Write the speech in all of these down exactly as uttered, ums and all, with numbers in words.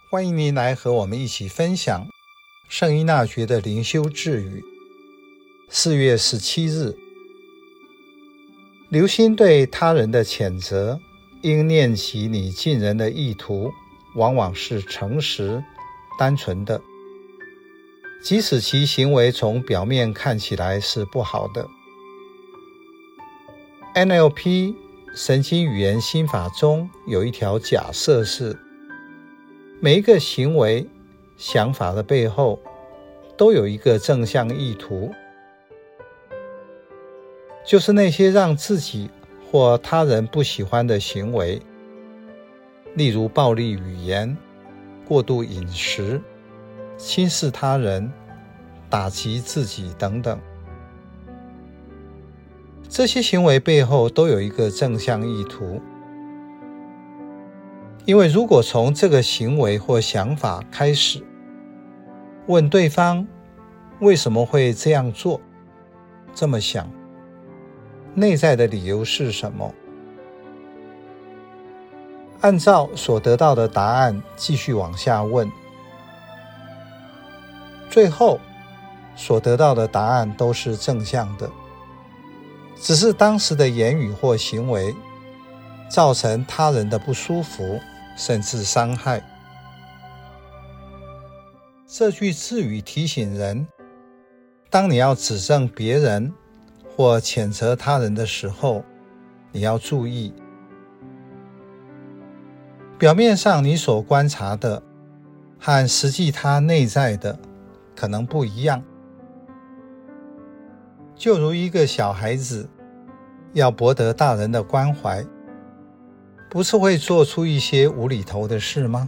欢迎您来和我们一起分享圣依纳爵的灵修智语。四月十七日，留心对他人的谴责，应念起你近人的意图往往是诚实、单纯的，即使其行为从表面看起来是不好的。N L P 神经语言心法中有一条假设是，每一个行为、想法的背后都有一个正向意图，就是那些让自己或他人不喜欢的行为，例如暴力语言、过度饮食、轻视他人、打击自己等等。这些行为背后都有一个正向意图，因为如果从这个行为或想法开始，问对方为什么会这样做、这么想，内在的理由是什么？按照所得到的答案继续往下问，最后所得到的答案都是正向的，只是当时的言语或行为造成他人的不舒服，甚至伤害。这句智语提醒人，当你要指正别人或谴责他人的时候，你要注意，表面上你所观察的和实际他内在的可能不一样。就如一个小孩子要博得大人的关怀，不是会做出一些无厘头的事吗？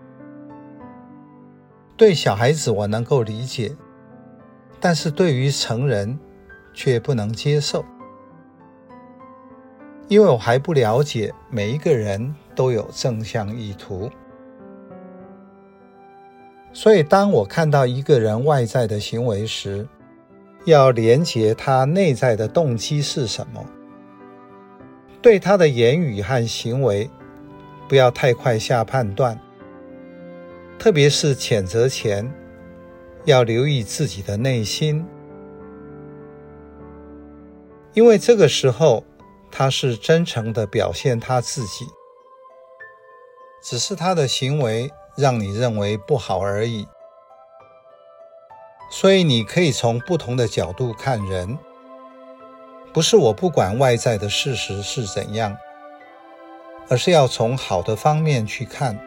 对小孩子我能够理解，但是对于成人却不能接受，因为我还不了解每一个人都有正向意图。所以当我看到一个人外在的行为时，要连结他内在的动机是什么。对他的言语和行为不要太快下判断，特别是谴责前要留意自己的内心，因为这个时候他是真诚地表现他自己，只是他的行为让你认为不好而已。所以你可以从不同的角度看人，不是我不管外在的事实是怎样，而是要从好的方面去看。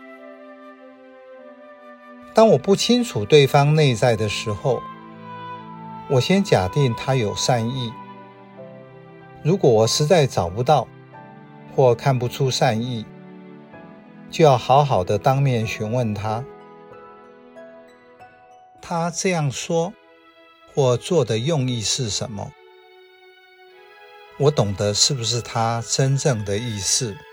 当我不清楚对方内在的时候，我先假定他有善意。如果我实在找不到或看不出善意，就要好好的当面询问他，他这样说或做的用意是什么？我懂得是不是他真正的意思？